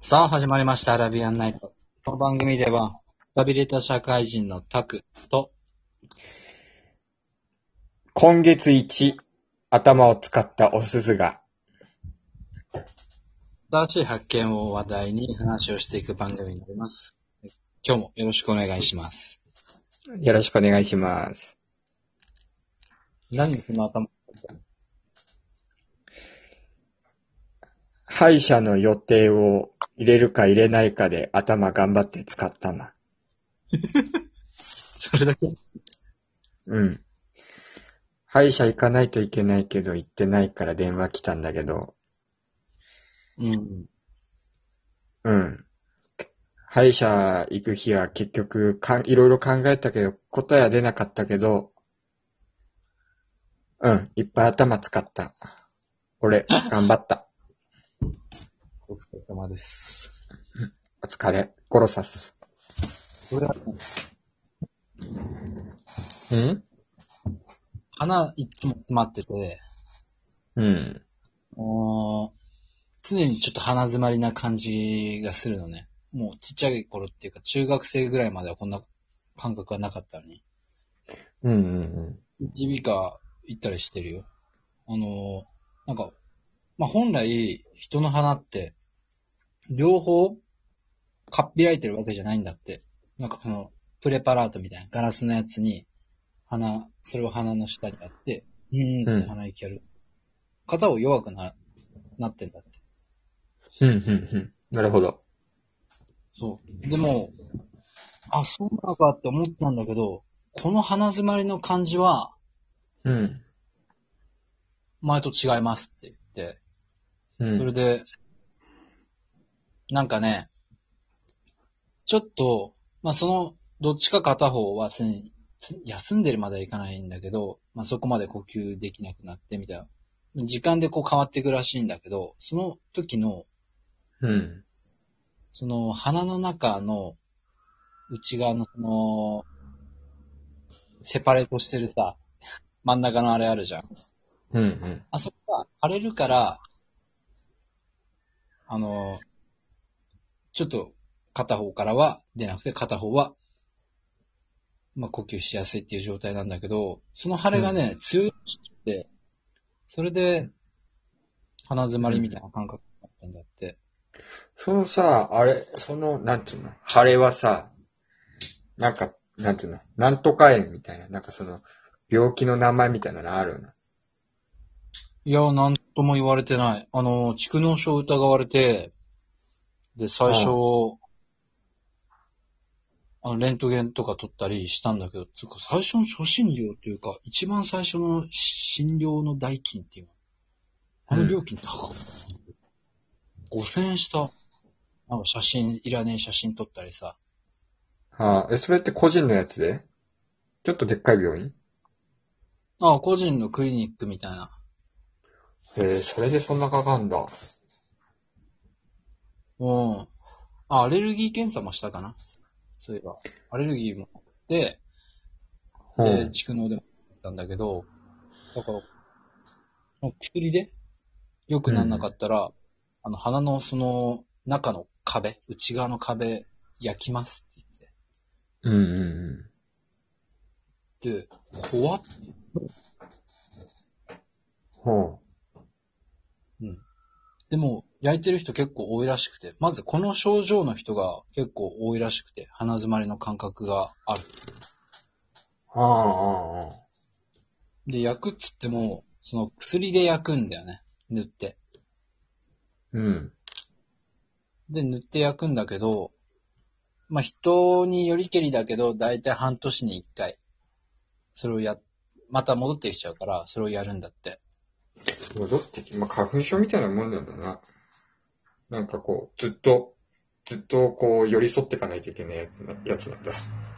さあ、始まりました。アラビアンナイト。この番組では、くたびれた社会人のタクと、 今月一、頭を使ったおすずが、 新しい発見を話題に話をしていく番組になります。今日もよろしくお願いします。 よろしくお願いします。 何でその頭歯医者の予定を入れるか入れないかで頭頑張って使ったな。 それだけうん。歯医者行かないといけないけど行ってないから電話来たんだけど、 うん。 うん。歯医者行く日は結局いろいろ考えたけど答えは出なかったけど、うん。いっぱい頭使った。俺、頑張った。 お疲れ様です。 お疲れ。ゴロサス。 これは、 ん鼻いつも詰まってて、 うん。 常にちょっと鼻詰まりな感じがするのね。もうちっちゃい頃っていうか、中学生ぐらいまではこんな感覚はなかったのに。 うんうん耳鼻科行ったりしてるよ。なんか、本来、人の鼻って、両方、かっぴらいてるわけじゃないんだって。プレパラートみたいなガラスのやつに、それを鼻の下にやって、って鼻息やる。肩を弱くなってんだって。 うん。うんうんうん。なるほど。 そう。でも、そうなのかって思ったんだけど、この鼻詰まりの感じは、 うん。 前と違いますって言って、 うん。 それで、なんかね、ちょっと、どっちか片方は常に休んでるまではいかないんだけど、そこまで呼吸できなくなってみたいな。時間でこう変わっていくらしいんだけど、その時の、 うん。 その鼻の中の内側のセパレートしてるさ、真ん中のあれあるじゃん。 うん。うん。 あそこが腫れるから、あの、ちょっと片方からは出なくて片方は、呼吸しやすいっていう状態なんだけど、その腫れがね、強いって、それで鼻詰まりみたいな感覚だったんだって。 そのさ、なんていうの、腫れはさ、なんていうの、なんとか炎みたいな、病気の名前みたいなのあるの？ いや、なんとも言われてない。蓄膿症疑われて、で、最初、 うん。 レントゲンとか取ったりしたんだけど、つうか最初の初診料というか、一番最初の診療の代金っていうの。料金高かった。5000円した。いらねえ写真撮ったりさ。 それって個人のやつでちょっとでっかい病院？ 個人のクリニックみたいな。 それでそんなかかんだ。 うん。アレルギー検査もしたかな。そういえば。アレルギーもあって、で、 うん。 蓄膿でもあったんだけど、だから、薬で良くならなかうん。 ったら、鼻の中の壁、内側の壁、焼きますってうん。うん言って、怖っ。 うん。ほうん。でも、焼いてる人結構多いらしくて、まずこの症状の人が結構多いらしくて、鼻詰まりの感覚がある。 う。ああ。 で、焼くっつっても、その薬で焼くんだよね。塗って。 うん。 で、塗って焼くんだけど、人によりけりだけど、だいたい半年に一回、それをまた戻ってきちゃうから、それをやるんだって。 戻ってき、花粉症みたいなもんなんだな。ずっと寄り添っていかないといけないやつなんだ。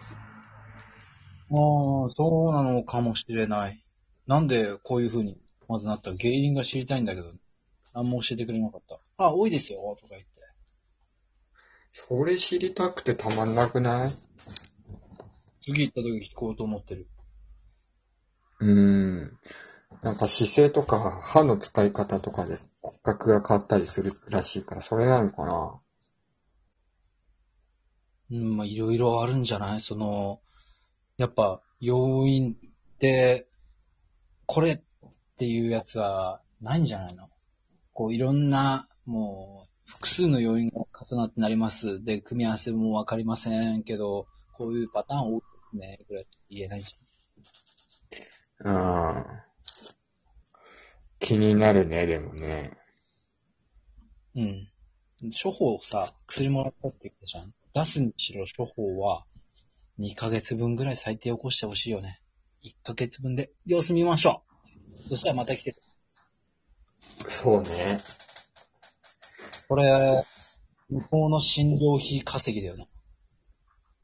そうなのかもしれない。なんでこういう風にまずなった原因が知りたいんだけど、何も教えてくれなかった。多いですよ、とか言って。 それ知りたくてたまんなくない？ 次行った時聞こうと思ってる。 うーん。姿勢とか歯の使い方とかで骨格が変わったりするらしいから、それなのかな？ うん、まあ、いろいろあるんじゃないやっぱ、要因って、これっていうやつはないんじゃないの？こう、いろんな、もう、複数の要因が重なってなります。で、組み合わせもわかりませんけど、こういうパターン多いですね、ぐらい言えないじうん。気になるね、でもね。 ゃん。うん。処方さ、薬もらったって言ったじゃん。出すにしろ処方は、2ヶ月分ぐらい最低起こしてほしいよね。1ヶ月分で様子見ましょう。そしたらまた来て。 そうね。 これ、向こうの診療費稼ぎだよね。 うん。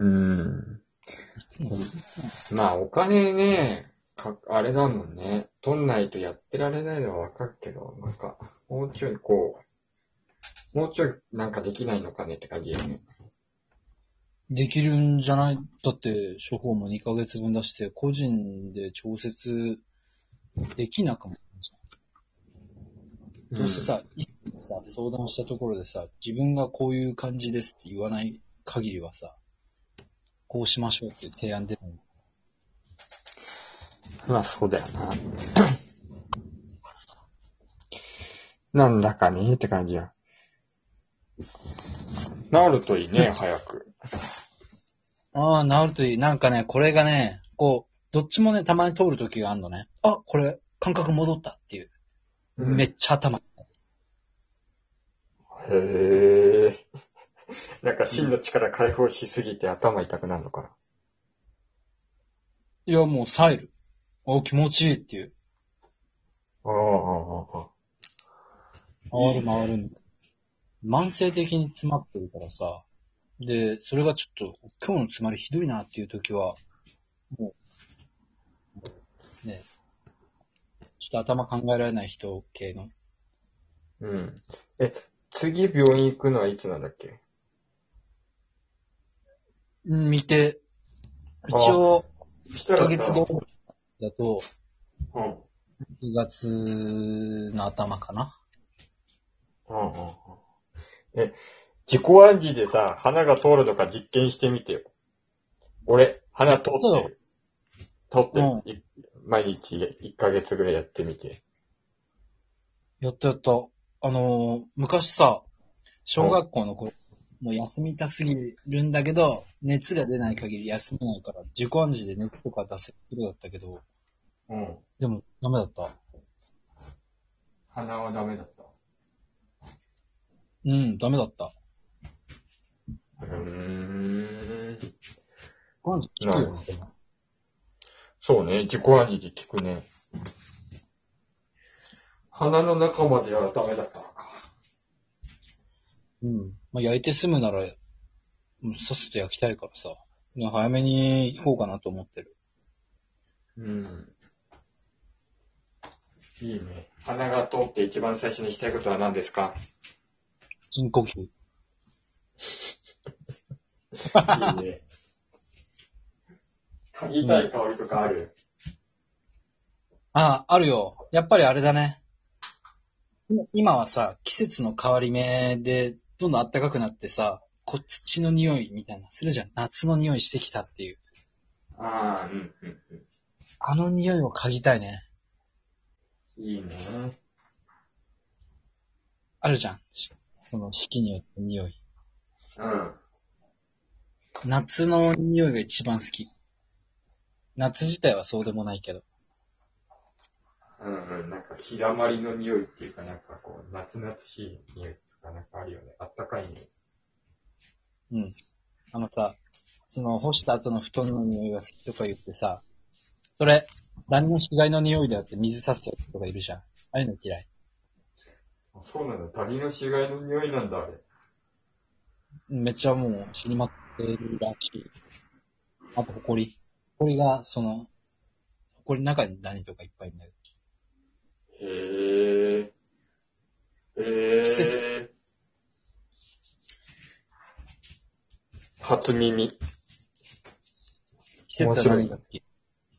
まあ、お金ね、あれだもんね。取んないとやってられないのはわかるけど、なんか、もうちょいもうちょいなんかできないのかねって感じだよね。 できるんじゃない？だって、処方も2ヶ月分出して、個人で調節できなくもないじゃん。どうせさ、医師にさ、相談したところでさ、自分がこういう感じですって言わない限りはさ、こうしましょうっていう提案出ない。 まあ、そうだよな。なんだかねって感じや。治るといいね、早く。 ああ、治るといい。なんかね、これがね、こう、どっちもね、たまに通る時があるのね。あ、これ、感覚戻ったっていう。めっちゃ頭。 へえ。なんか真の力解放しすぎて頭痛くなるのかな。 いや、もう、冴える。お、気持ちいいっていう。 ああ、ああ、ああ。 回る回る。慢性的に詰まってるからさ。で、それがちょっと、今日の詰まりひどいなっていう時は、もう、ね、ちょっと頭考えられない人系の。 うん。え、次病院行くのはいつなんだっけ？ 見て、一あ、 応、1 したらさ、 ヶ月後だと、 うん。 9月の頭かな。 うんうんうん。え、自己暗示でさ、花が通るのか実験してみてよ。俺、花通ってる。通ってる。 うん。 毎日1ヶ月ぐらいやってみて。 やったやった。昔さ、小うん。 学校の頃、もう休みたすぎるんだけど、熱が出ない限り休めないから、自己暗示で熱とか出せることだったけど、 うん。 でもダメだった。 花はダメだった。 うん、ダメだった。 自己暗示聞くよね、 なるほど。 でも。 そうね、自己暗示で聞くね。花の中まではダメだったのか。 うん。まあ、焼いて済むなら、さっさと焼きたいからさ、ね早めに行こうかなと思ってる。 うん。いいね。花が通って一番最初にしたいことは何ですか？ 深呼吸。 いいね。嗅ぎたい香りとかある？ あ、あるよ。やっぱりあれだね。今はさ、季節の変わり目で、どんどん暖かくなってさ、土の匂いみたいな、するじゃん。夏の匂いしてきたっていう。 ああ、うん、うん、 あの匂いを嗅ぎたいね。 うん。いいね。 あるじゃん。その四季によって匂い。 うん。 夏の匂いが一番好き。夏自体はそうでもないけど。 うんうん。なんか、日だまりの匂いっていうか、なんかこう、夏々しい匂いとかなんかあるよね。あったかい匂い。 うん。さ、干した後の布団の匂いが好きとか言ってさ、それ、ダニの死骸の匂いであって水差すやつとかいるじゃん。ああいうの嫌い。 あ、そうなんだ。ダニの死骸の匂いなんだ、あれ。 めっちゃもう死にまってるらしい。あと、埃が、埃の中にダニとかいっぱいいるんだけど。 へえ。 季節、 へえ。初耳。 季節は面白い。 何が好き？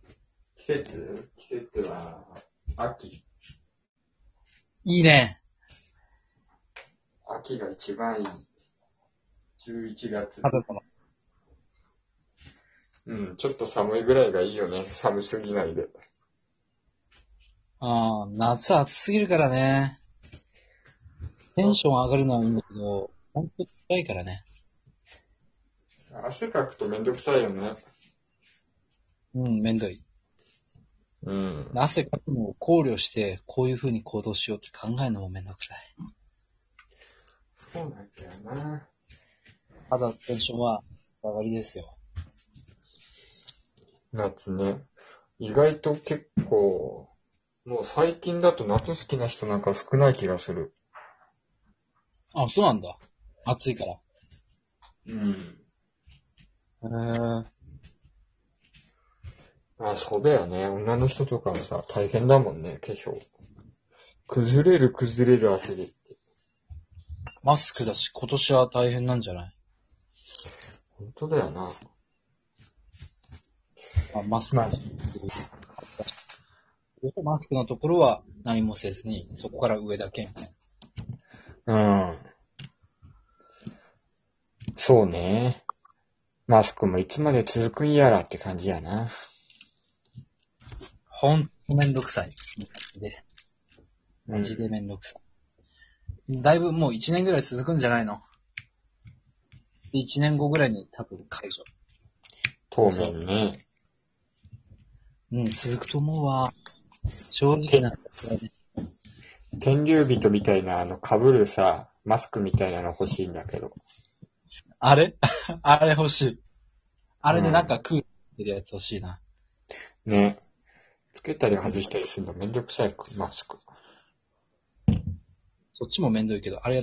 季節は、秋。 いいね。 秋が一番いい。11月。 食べ物。 うん、ちょっと寒いぐらいがいいよね。寒すぎないで。 ああ、夏は暑すぎるからね。テンション上がるのはいいんだけど、ほんと辛いからね。 汗かくとめんどくさいよね。 うん、めんどい。 うん。 汗かくのを考慮して、こういう風に行動しようって考えるのもめんどくさい。 そうなんだよな。 ただテンションは上がりですよ。 夏ね。意外と結構、もう最近だと夏好きな人なんか少ない気がする。 あ、そうなんだ。暑いから。 うん。 へー。 あ、そうだよね。女の人とかはさ、大変だもんね、化粧。崩れる汗で。 マスクだし、今年は大変なんじゃない？ 本当だよな。 あ、マスク。 まあ、 マスクのところは何もせずに、そこから上だけ。 うん。そうね。マスクもいつまで続くんやらって感じやな。 ほんとめんどくさい。 うん。 マジでめんどくさい。だいぶもう1年ぐらい続くんじゃないの？1年後ぐらいに多分解除。 当面ね。 うん、続くと思うわ。正直て、 なところね。 天竜人みたいな被るさ、マスクみたいなの欲しいんだけど。 あれあれ欲しい。あれでなんうん。 か食ってるやつ欲しいな。 ね。つけたり外したりするのめんどくさいマスク。 そっちもめんどいけど、あれ